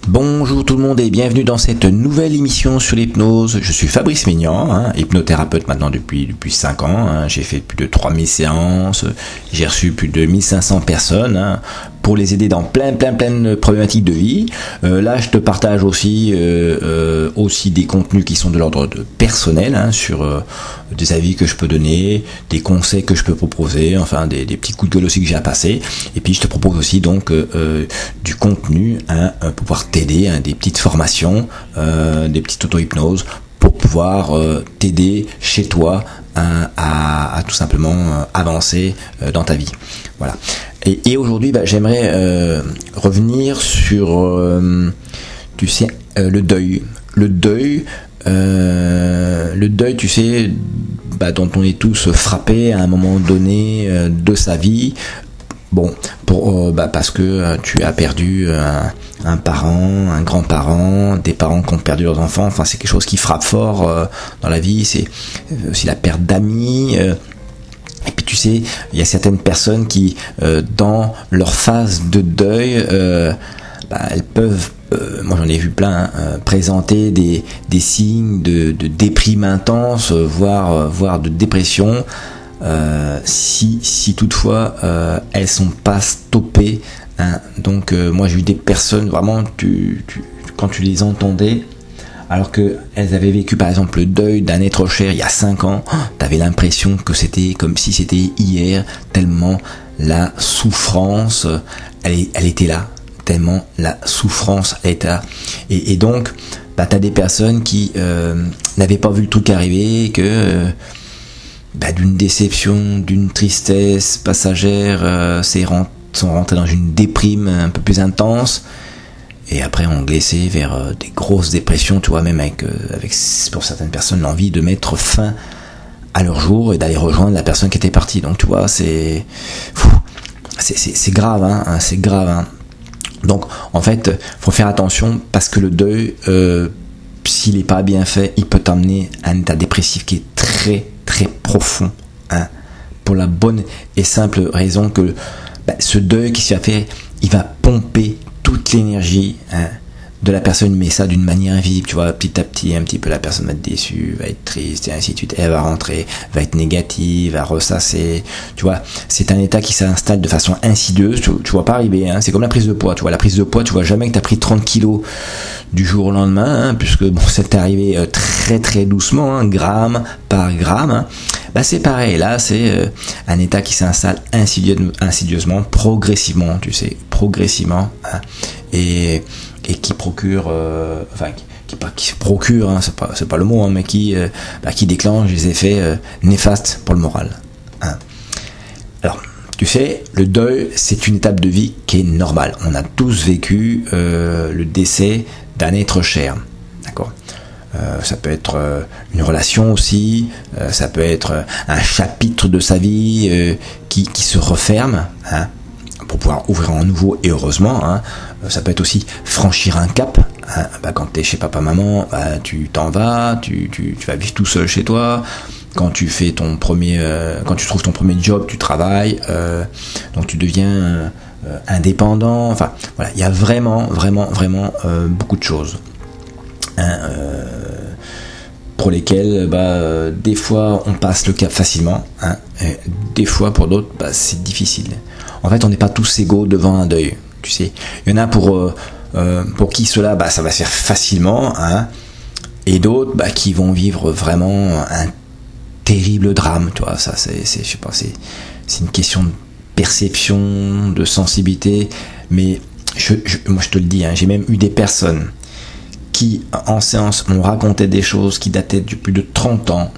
Bonjour tout le monde et bienvenue dans cette nouvelle émission sur l'hypnose. Je suis Fabrice Maignan, hypnothérapeute maintenant depuis 5 ans. J'ai fait plus de 3000 séances, j'ai reçu plus de 1500 personnes pour les aider dans plein de problématiques de vie. Là, je te partage aussi des contenus qui sont de l'ordre personnel, sur des avis que je peux donner, des conseils que je peux proposer, enfin des petits coups de gueule aussi que j'ai à passer. Et puis je te propose aussi donc du contenu pour pouvoir t'aider, des petites formations, des petites auto-hypnoses pour pouvoir t'aider chez toi à tout simplement avancer dans ta vie. Voilà. Et aujourd'hui, j'aimerais revenir sur, le deuil. Le deuil, tu sais, dont on est tous frappés à un moment donné de sa vie. Bon, parce que tu as perdu un parent, un grand-parent, des parents qui ont perdu leurs enfants. Enfin, c'est quelque chose qui frappe fort dans la vie. C'est aussi la perte d'amis. Et puis tu sais, il y a certaines personnes qui, dans leur phase de deuil, elles peuvent, moi j'en ai vu plein, présenter des signes de déprime intense, voire de dépression, si toutefois elles sont pas stoppées. Donc moi j'ai vu des personnes vraiment, quand tu les entendais, alors qu'elles avaient vécu par exemple le deuil d'un être cher il y a 5 ans, t'avais l'impression que c'était comme si c'était hier, tellement la souffrance, elle était là, tellement la souffrance était là. Et donc, t'as des personnes qui n'avaient pas vu le truc arriver, que d'une déception, d'une tristesse passagère, sont rentrées dans une déprime un peu plus intense. Et après on glissait vers des grosses dépressions, tu vois, même avec pour certaines personnes l'envie de mettre fin à leur jour et d'aller rejoindre la personne qui était partie. Donc tu vois, c'est grave, c'est grave. Donc en fait, faut faire attention parce que le deuil, s'il n'est pas bien fait, il peut t'emmener à un état dépressif qui est très très profond, pour la bonne et simple raison que ce deuil qui s'est fait, il va pomper toute l'énergie de la personne, mais ça d'une manière invisible, tu vois, petit à petit, un petit peu la personne va être déçue, va être triste et ainsi de suite, elle va rentrer, va être négative, va ressasser, tu vois, c'est un état qui s'installe de façon insidieuse, tu vois pas arriver, c'est comme la prise de poids, tu vois, la prise de poids, tu vois jamais que tu as pris 30 kilos du jour au lendemain, puisque c'est arrivé très très doucement, gramme par gramme, c'est pareil, là c'est un état qui s'installe insidieusement, progressivement, tu sais, progressivement, et qui procure, qui procure, c'est pas le mot, mais qui déclenche des effets néfastes pour le moral. Alors, tu sais, le deuil, c'est une étape de vie qui est normale. On a tous vécu le décès d'un être cher, d'accord. Ça peut être une relation aussi, ça peut être un chapitre de sa vie qui se referme, pour pouvoir ouvrir un nouveau, et heureusement, ça peut être aussi franchir un cap, quand t'es chez papa-maman, tu t'en vas, tu vas vivre tout seul chez toi, quand tu fais quand tu trouves ton premier job, tu travailles, donc tu deviens indépendant, enfin voilà, il y a vraiment beaucoup de choses. Pour lesquels des fois on passe le cap facilement, et des fois pour d'autres c'est difficile. En fait, on n'est pas tous égaux devant un deuil, tu sais. Il y en a pour qui cela ça va se faire facilement, et d'autres qui vont vivre vraiment un terrible drame, tu vois. Ça je sais pas, c'est une question de perception, de sensibilité, mais moi je te le dis, j'ai même eu des personnes qui, en séance, m'ont raconté des choses qui dataient de plus de 30 ans.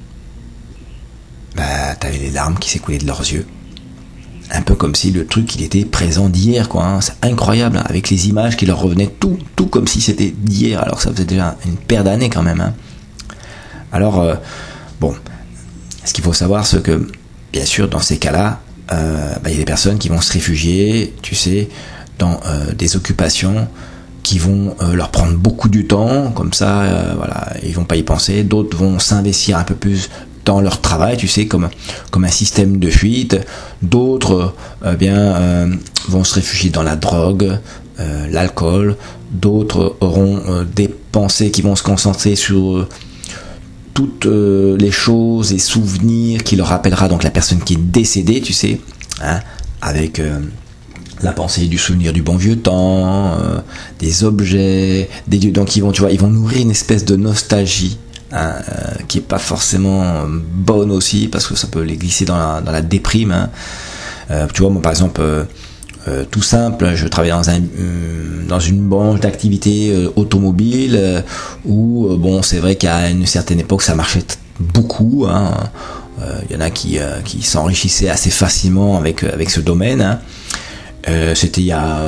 T'avais les larmes qui s'écoulaient de leurs yeux. Un peu comme si le truc, il était présent d'hier, quoi. C'est incroyable, avec les images qui leur revenaient tout comme si c'était d'hier, alors que ça faisait déjà une paire d'années quand même. Alors, ce qu'il faut savoir, c'est que, bien sûr, dans ces cas-là, il y a des personnes qui vont se réfugier, tu sais, dans des occupations qui vont leur prendre beaucoup du temps, comme ça, ils vont pas y penser. D'autres vont s'investir un peu plus dans leur travail, tu sais, comme un système de fuite. D'autres vont se réfugier dans la drogue, l'alcool, d'autres auront des pensées qui vont se concentrer sur toutes les choses et souvenirs qui leur rappellera donc la personne qui est décédée, tu sais, hein, avec la pensée du souvenir du bon vieux temps, des objets, des lieux, donc ils vont nourrir une espèce de nostalgie, hein, qui est pas forcément bonne aussi, parce que ça peut les glisser dans la déprime, hein. Tu vois, moi par exemple, tout simple, je travaille dans une branche d'activité automobile, où bon, c'est vrai qu'à une certaine époque ça marchait beaucoup, hein. Y en a qui s'enrichissaient assez facilement avec ce domaine, hein. C'était il y a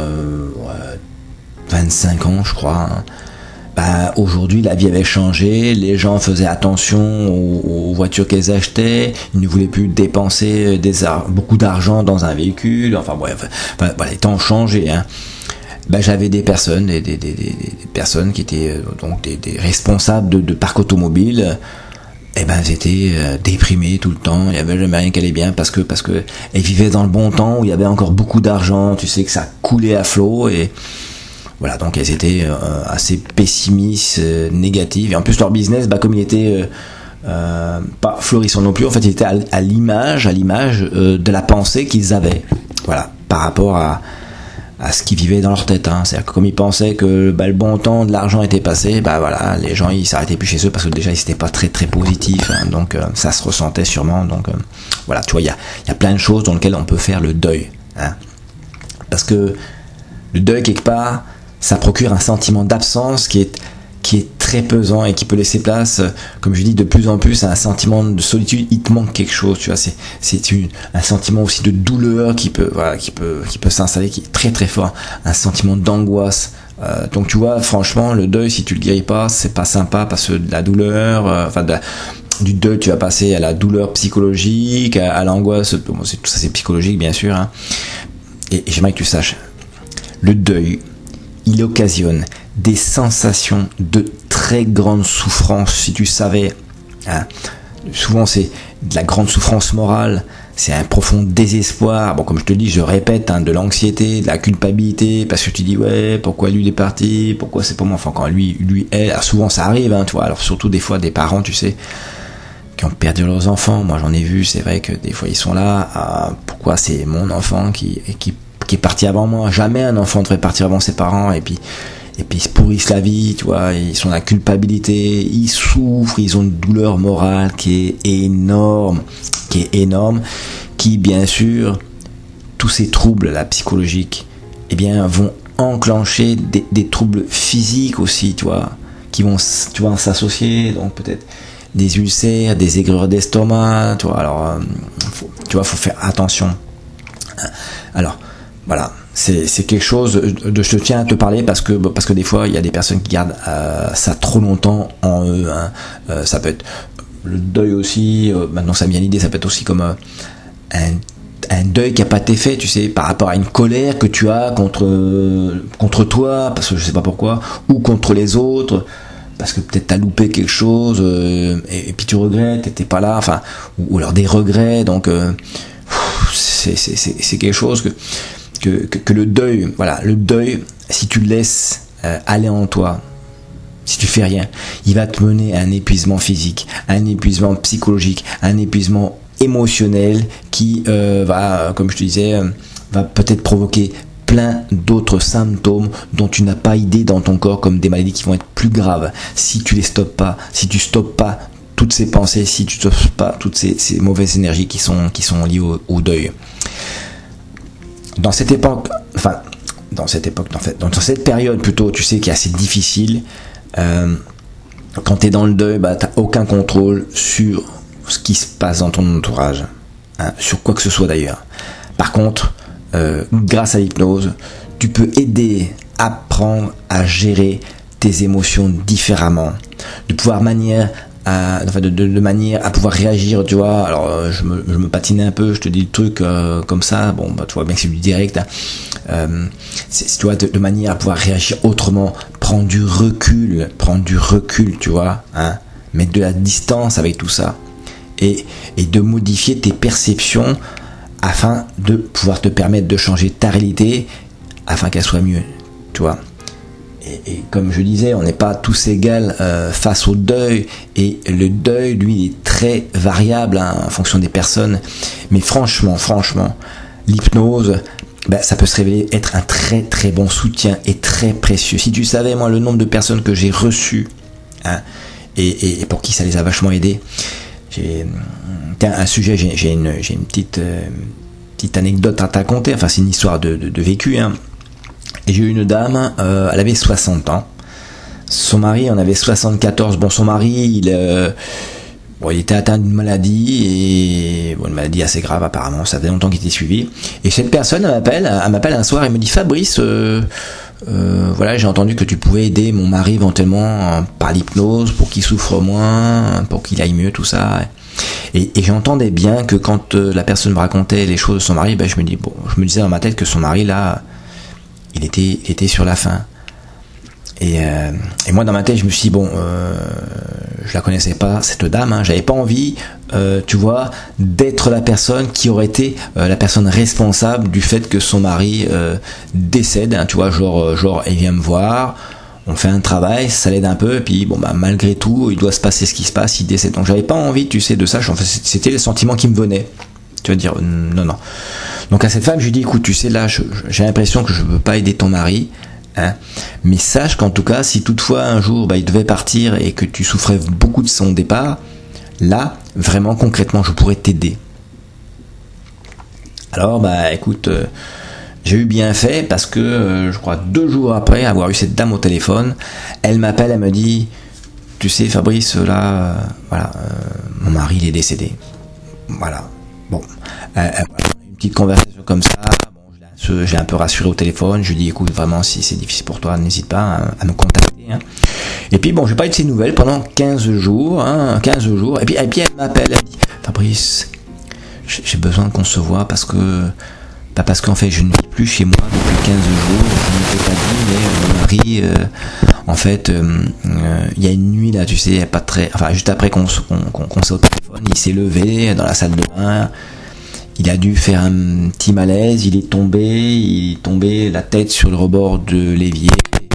25 ans, je crois, hein. Bah, aujourd'hui, la vie avait changé, les gens faisaient attention aux voitures qu'ils achetaient, ils ne voulaient plus dépenser beaucoup d'argent dans un véhicule, enfin bref, voilà, les temps ont changé, hein. Bah, j'avais des personnes, des personnes qui étaient donc des responsables de parc automobile, et ben elles étaient déprimées tout le temps, il n'y avait jamais rien qui allait bien, parce que elles vivaient dans le bon temps où il y avait encore beaucoup d'argent, tu sais que ça coulait à flot, et voilà, donc elles étaient assez pessimistes, négatives, et en plus leur business, bah, comme il était pas florissant non plus, en fait il était à l'image de la pensée qu'ils avaient, voilà, par rapport à ce qu'ils vivaient dans leur tête, hein. C'est-à-dire que comme ils pensaient que le bon temps de l'argent était passé, bah voilà, les gens ils s'arrêtaient plus chez eux parce que déjà ils n'étaient pas très très positifs, hein. Donc ça se ressentait sûrement, donc voilà, tu vois, il y a plein de choses dans lesquelles on peut faire le deuil, hein. Parce que le deuil, quelque part, ça procure un sentiment d'absence qui est très pesant et qui peut laisser place, comme je dis, de plus en plus à un sentiment de solitude. Il te manque quelque chose, tu vois, c'est un sentiment aussi de douleur qui peut s'installer, qui est très très fort, un sentiment d'angoisse. Donc tu vois, franchement, le deuil, si tu le guéris pas, c'est pas sympa, parce que de la douleur, du deuil, tu vas passer à la douleur psychologique, à l'angoisse. Bon, tout ça c'est psychologique, bien sûr, hein. Et j'aimerais que tu saches, le deuil, il occasionne des sensations de très grande souffrance, si tu savais, hein. Souvent c'est de la grande souffrance morale, c'est un profond désespoir, bon, comme je te dis, je répète, hein, de l'anxiété, de la culpabilité, parce que tu dis ouais, pourquoi lui il est parti, pourquoi c'est pas moi, enfin quand lui elle, alors souvent ça arrive, hein, tu vois, alors surtout des fois des parents, tu sais, qui ont perdu leurs enfants, moi j'en ai vu, c'est vrai que des fois ils sont là, pourquoi c'est mon enfant qui est parti avant moi, jamais un enfant ne devrait partir avant ses parents, et puis ils se pourrissent la vie, tu vois, ils sont dans la culpabilité, ils souffrent, ils ont une douleur morale qui est énorme, qui bien sûr, tous ces troubles là, psychologiques, eh bien, vont enclencher des troubles physiques aussi, tu vois, qui vont, tu vois, s'associer, donc peut-être des ulcères, des aigreurs d'estomac, tu vois, alors, faut faire attention. Alors, voilà. C'est quelque chose je tiens à te parler parce que des fois il y a des personnes qui gardent ça trop longtemps en eux, hein. Ça peut être le deuil aussi, maintenant ça me vient l'idée, ça peut être aussi comme un deuil qui n'a pas été fait, tu sais, par rapport à une colère que tu as contre toi, parce que je sais pas pourquoi, ou contre les autres, parce que peut-être t'as loupé quelque chose, et puis tu regrettes, t'étais pas là, enfin, ou alors des regrets, donc c'est quelque chose que le deuil, voilà, le deuil, si tu le laisses aller en toi, si tu fais rien, il va te mener à un épuisement physique, à un épuisement psychologique, à un épuisement émotionnel qui va, comme je te disais, va peut-être provoquer plein d'autres symptômes dont tu n'as pas idée dans ton corps, comme des maladies qui vont être plus graves si tu les stoppes pas, si tu stoppes pas toutes ces pensées, si tu stoppes pas toutes ces mauvaises énergies qui sont liées au deuil. Dans cette époque, dans cette période plutôt, tu sais, qui est assez difficile, quand tu es dans le deuil, bah, tu n'as aucun contrôle sur ce qui se passe dans ton entourage, hein, sur quoi que ce soit d'ailleurs. Par contre, grâce à l'hypnose, tu peux aider à apprendre à gérer tes émotions différemment, de manière à pouvoir réagir, tu vois. Alors je me patinais un peu, je te dis le truc comme ça, bon bah tu vois bien que c'est du direct, hein. Tu vois, de manière à pouvoir réagir autrement, prendre du recul, tu vois, hein, mettre de la distance avec tout ça, et de modifier tes perceptions afin de pouvoir te permettre de changer ta réalité afin qu'elle soit mieux. tu vois. Et comme je disais, on n'est pas tous égaux face au deuil, et le deuil, lui, il est très variable hein, en fonction des personnes. Mais franchement, l'hypnose, ben, ça peut se révéler être un très très bon soutien et très précieux. Si tu savais, moi, le nombre de personnes que j'ai reçues, hein, et pour qui ça les a vachement aidés. Un sujet, j'ai une petite anecdote à te raconter, enfin c'est une histoire de vécu, hein. Et j'ai eu une dame, elle avait 60 ans, son mari en avait 74, bon son mari il était atteint d'une maladie, et bon, une maladie assez grave apparemment, ça faisait longtemps qu'il était suivi, et cette personne elle m'appelle un soir et me dit Fabrice, voilà, j'ai entendu que tu pouvais aider mon mari éventuellement par l'hypnose pour qu'il souffre moins, pour qu'il aille mieux, tout ça. Et j'entendais bien que quand la personne me racontait les choses de son mari, ben je me disais dans ma tête que son mari là, il était sur la fin. Et moi dans ma tête je me suis dit je la connaissais pas cette dame, hein, j'avais pas envie, tu vois, d'être la personne qui aurait été la personne responsable du fait que son mari décède, hein, tu vois, genre il vient me voir, on fait un travail, ça l'aide un peu, et puis malgré tout il doit se passer ce qui se passe, il décède. Donc j'avais pas envie, tu sais, de ça. En fait, c'était les sentiments qui me venaient, tu vas dire non. Donc à cette femme je lui dis écoute, tu sais, là j'ai l'impression que je peux pas aider ton mari, hein, mais sache qu'en tout cas si toutefois un jour il devait partir et que tu souffrais beaucoup de son départ, là vraiment concrètement je pourrais t'aider. Alors écoute, j'ai eu bien fait, parce que je crois 2 jours après avoir eu cette dame au téléphone, elle m'appelle, elle me dit tu sais Fabrice, là mon mari il est décédé. Voilà, bon, une petite conversation comme ça. J'ai un peu rassuré au téléphone, je lui dis écoute, vraiment si c'est difficile pour toi, n'hésite pas à me contacter, hein. Et puis j'ai pas eu de ses nouvelles pendant 15 jours, hein, 15 jours, et puis elle m'appelle, elle me dit Fabrice, j'ai besoin qu'on se voit parce qu'en fait je ne vis plus chez moi depuis 15 jours, je ne t'ai pas dit, mais mon mari, en fait, il y a une nuit là, tu sais, pas très, enfin juste après qu'on s'est au téléphone, il s'est levé dans la salle de bain. Il a dû faire un petit malaise, il est tombé la tête sur le rebord de l'évier.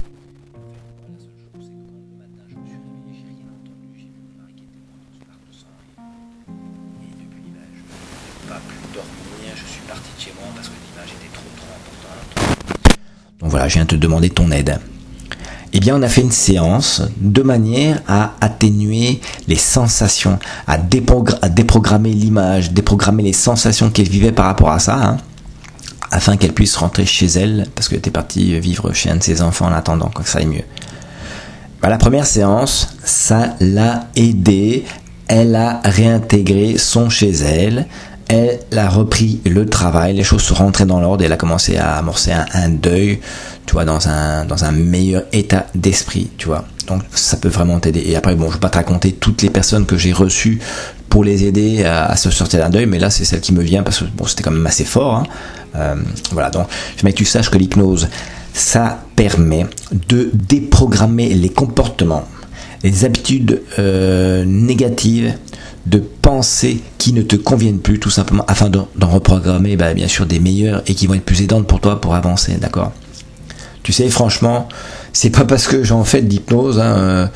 Donc voilà, je viens te demander ton aide. Eh bien, on a fait une séance de manière à atténuer les sensations, à déprogrammer l'image, déprogrammer les sensations qu'elle vivait par rapport à ça, hein, afin qu'elle puisse rentrer chez elle, parce qu'elle était partie vivre chez un de ses enfants en attendant que ça aille mieux. La première séance, ça l'a aidée, elle a réintégré son chez elle, elle a repris le travail, les choses sont rentrées dans l'ordre, elle a commencé à amorcer un deuil, tu vois, dans un meilleur état d'esprit, tu vois. Donc ça peut vraiment t'aider. Et après, je vais pas te raconter toutes les personnes que j'ai reçues pour les aider à se sortir d'un deuil, mais là c'est celle qui me vient parce que c'était quand même assez fort, hein. Voilà, donc je veux que tu saches que l'hypnose, ça permet de déprogrammer les comportements, les habitudes négatives, de pensées qui ne te conviennent plus, tout simplement, afin d'en reprogrammer bien sûr des meilleures et qui vont être plus aidantes pour toi pour avancer, d'accord. Tu sais, franchement, c'est pas parce que j'en fais de l'hypnose, hein,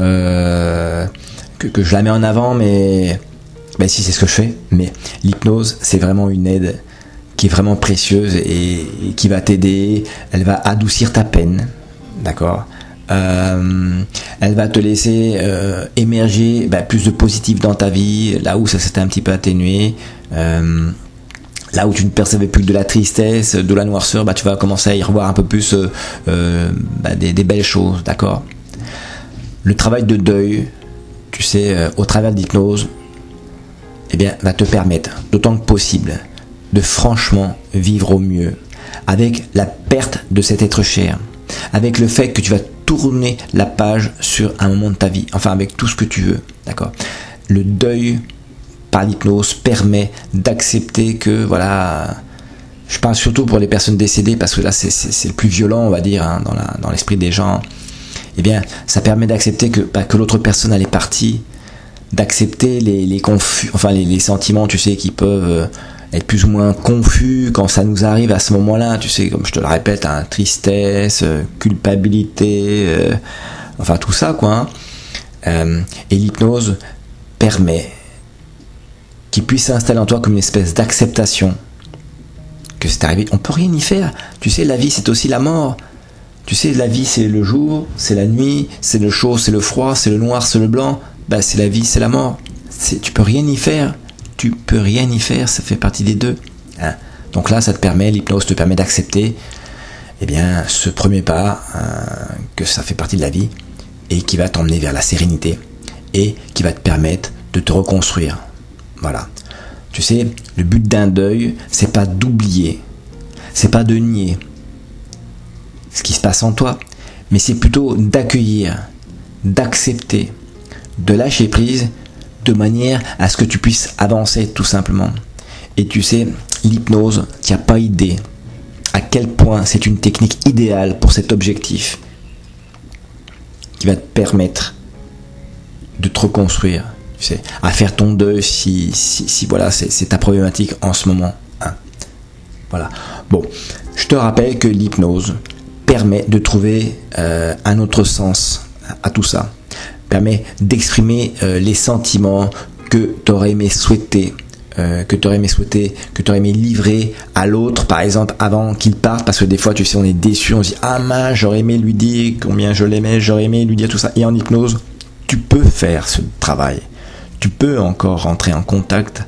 que je la mets en avant, mais si, c'est ce que je fais. Mais l'hypnose, c'est vraiment une aide qui est vraiment précieuse et qui va t'aider. Elle va adoucir ta peine, d'accord. Elle va te laisser émerger plus de positif dans ta vie, là où ça s'était un petit peu atténué. Là où tu ne percevais plus de la tristesse, de la noirceur, tu vas commencer à y revoir un peu plus des belles choses, d'accord. Le travail de deuil, tu sais, au travers de l'hypnose, va te permettre, d'autant que possible, de franchement vivre au mieux, avec la perte de cet être cher, avec le fait que tu vas tourner la page sur un moment de ta vie, enfin avec tout ce que tu veux, d'accord. Le deuil par l'hypnose permet d'accepter que, voilà, je parle surtout pour les personnes décédées parce que là c'est le plus violent, on va dire, hein, dans l'esprit des gens. Ça permet d'accepter que l'autre personne elle est partie, d'accepter les sentiments, tu sais, qui peuvent être plus ou moins confus quand ça nous arrive à ce moment-là, tu sais, comme je te le répète, hein, tristesse, culpabilité, enfin tout ça, quoi. Et l'hypnose permet qu'il puisse s'installer en toi comme une espèce d'acceptation que c'est arrivé. On peut rien y faire. Tu sais, la vie, c'est aussi la mort. Tu sais, la vie, c'est le jour, c'est la nuit, c'est le chaud, c'est le froid, c'est le noir, c'est le blanc. Bah, c'est la vie, c'est la mort. Tu peux rien y faire. Tu peux rien y faire, ça fait partie des deux. Hein. Donc là, l'hypnose te permet d'accepter ce premier pas, que ça fait partie de la vie, et qui va t'emmener vers la sérénité, et qui va te permettre de te reconstruire. Voilà. Tu sais, le but d'un deuil, c'est pas d'oublier, c'est pas de nier ce qui se passe en toi, mais c'est plutôt d'accueillir, d'accepter, de lâcher prise, de manière à ce que tu puisses avancer tout simplement. Et tu sais, l'hypnose, tu n'as pas idée à quel point c'est une technique idéale pour cet objectif qui va te permettre de te reconstruire, tu sais, à faire ton deuil si voilà, c'est ta problématique en ce moment. Hein. Voilà. Bon, je te rappelle que l'hypnose permet de trouver un autre sens à tout ça. Permet d'exprimer les sentiments que tu aurais aimé souhaiter, que tu aurais aimé livrer à l'autre, par exemple, avant qu'il parte, parce que des fois, tu sais, on est déçu, on se dit « Ah mince, j'aurais aimé lui dire combien je l'aimais, j'aurais aimé lui dire tout ça. » Et en hypnose, tu peux faire ce travail. Tu peux encore rentrer en contact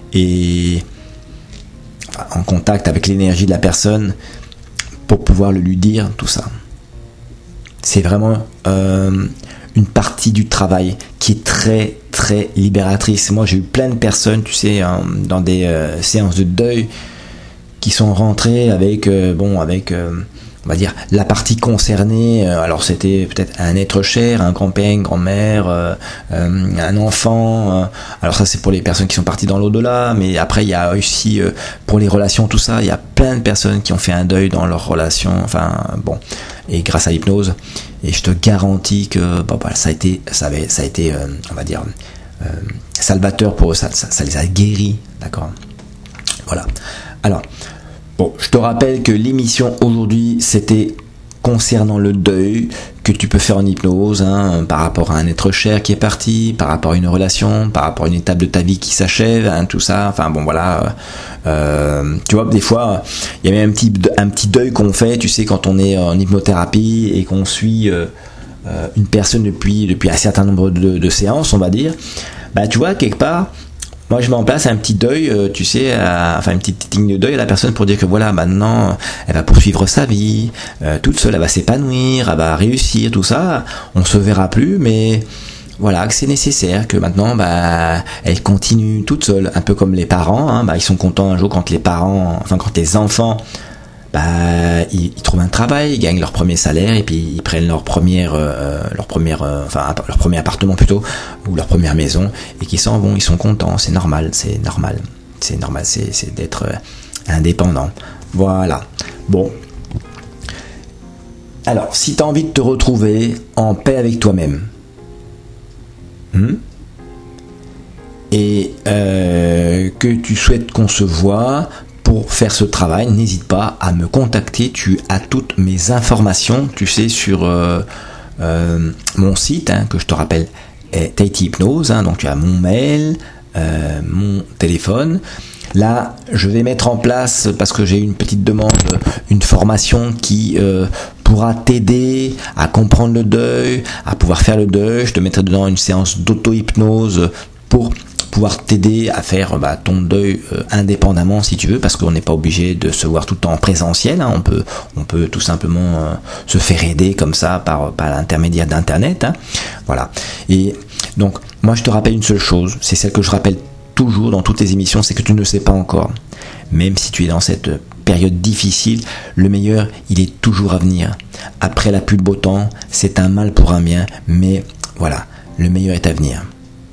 avec l'énergie de la personne pour pouvoir le lui dire, tout ça. C'est vraiment une partie du travail qui est très très libératrice. Moi j'ai eu plein de personnes, tu sais, dans des séances de deuil qui sont rentrées avec on va dire la partie concernée. Alors c'était peut-être un être cher, un grand-père, une grand-mère, un enfant. Alors ça c'est pour les personnes qui sont parties dans l'au-delà, mais après il y a aussi pour les relations, tout ça, il y a plein de personnes qui ont fait un deuil dans leurs relations. Enfin bon, et grâce à l'hypnose, et je te garantis que ça a été on va dire salvateur pour eux, ça les a guéris, d'accord. Voilà. Alors bon, je te rappelle que l'émission aujourd'hui, c'était concernant le deuil que tu peux faire en hypnose, hein, par rapport à un être cher qui est parti, par rapport à une relation, par rapport à une étape de ta vie qui s'achève, hein, tout ça. Enfin bon, voilà. Tu vois, des fois, il y a même un petit deuil qu'on fait, tu sais, quand on est en hypnothérapie et qu'on suit une personne depuis un certain nombre de séances, on va dire. Bah, tu vois, quelque part, moi je mets en place un petit deuil, tu sais, une petite ligne de deuil à la personne pour dire que voilà, maintenant elle va poursuivre sa vie, toute seule, elle va s'épanouir, elle va réussir, tout ça, on se verra plus, mais voilà, que c'est nécessaire, que maintenant elle continue toute seule, un peu comme les parents, hein, ils sont contents un jour quand quand les enfants ils trouvent un travail, ils gagnent leur premier salaire et puis ils prennent leur premier appartement plutôt, ou leur première maison, et qu'ils s'en vont, ils sont contents, c'est normal d'être indépendant. Voilà. Bon. Alors, si tu as envie de te retrouver en paix avec toi-même, et que tu souhaites qu'on se voit pour faire ce travail, n'hésite pas à me contacter. Tu as toutes mes informations, tu sais, sur mon site, hein, que je te rappelle est Tahiti Hypnose, hein, donc tu as mon mail, mon téléphone. Là, je vais mettre en place, parce que j'ai une petite demande, une formation qui pourra t'aider à comprendre le deuil, à pouvoir faire le deuil. Je te mettrai dedans une séance d'auto-hypnose pour pouvoir t'aider à faire ton deuil indépendamment si tu veux, parce qu'on n'est pas obligé de se voir tout le temps en présentiel, hein. On peut tout simplement se faire aider comme ça par l'intermédiaire d'internet, hein. Voilà. Et donc moi je te rappelle une seule chose, c'est celle que je rappelle toujours dans toutes les émissions, c'est que tu ne sais pas encore, même si tu es dans cette période difficile, le meilleur il est toujours à venir. Après la pluie de beau temps, c'est un mal pour un bien, mais voilà, le meilleur est à venir. Ok ?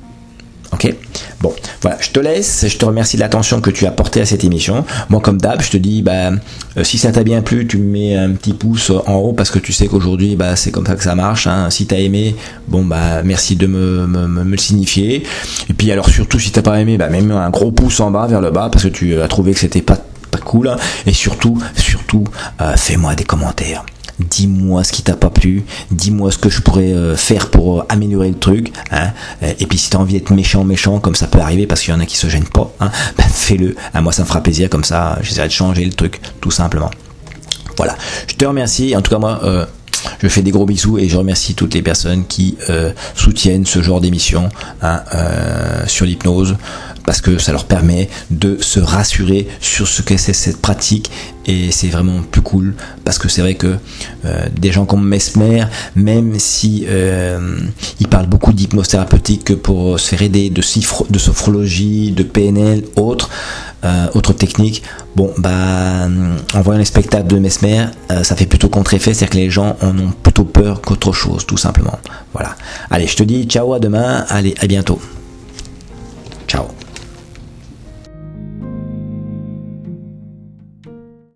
Ok. Bon, voilà, je te laisse, je te remercie de l'attention que tu as portée à cette émission. Moi, comme d'hab, je te dis, si ça t'a bien plu, tu me mets un petit pouce en haut parce que tu sais qu'aujourd'hui, c'est comme ça que ça marche. Hein. Si t'as aimé, merci de me le signifier. Et puis alors surtout, si t'as pas aimé, mets un gros pouce en bas, vers le bas, parce que tu as trouvé que c'était pas cool. Et surtout, fais-moi des commentaires. Dis-moi ce qui t'a pas plu, dis-moi ce que je pourrais faire pour améliorer le truc, hein. Et puis si t'as envie d'être méchant, comme ça peut arriver parce qu'il y en a qui se gênent pas, hein, fais-le, hein. Moi ça me fera plaisir, comme ça j'essaierai de changer le truc, tout simplement. Voilà, je te remercie, en tout cas moi je fais des gros bisous et je remercie toutes les personnes qui soutiennent ce genre d'émission, hein, sur l'hypnose, parce que ça leur permet de se rassurer sur ce que c'est cette pratique, et c'est vraiment plus cool, parce que c'est vrai que des gens comme Mesmer, même si il parle beaucoup d'hypnose thérapeutique pour se faire aider, de sophrologie, de PNL, autres techniques, en voyant les spectacles de Mesmer, ça fait plutôt contre-effet, c'est-à-dire que les gens en ont plutôt peur qu'autre chose, tout simplement. Voilà. Allez, je te dis ciao, à demain, allez, à bientôt.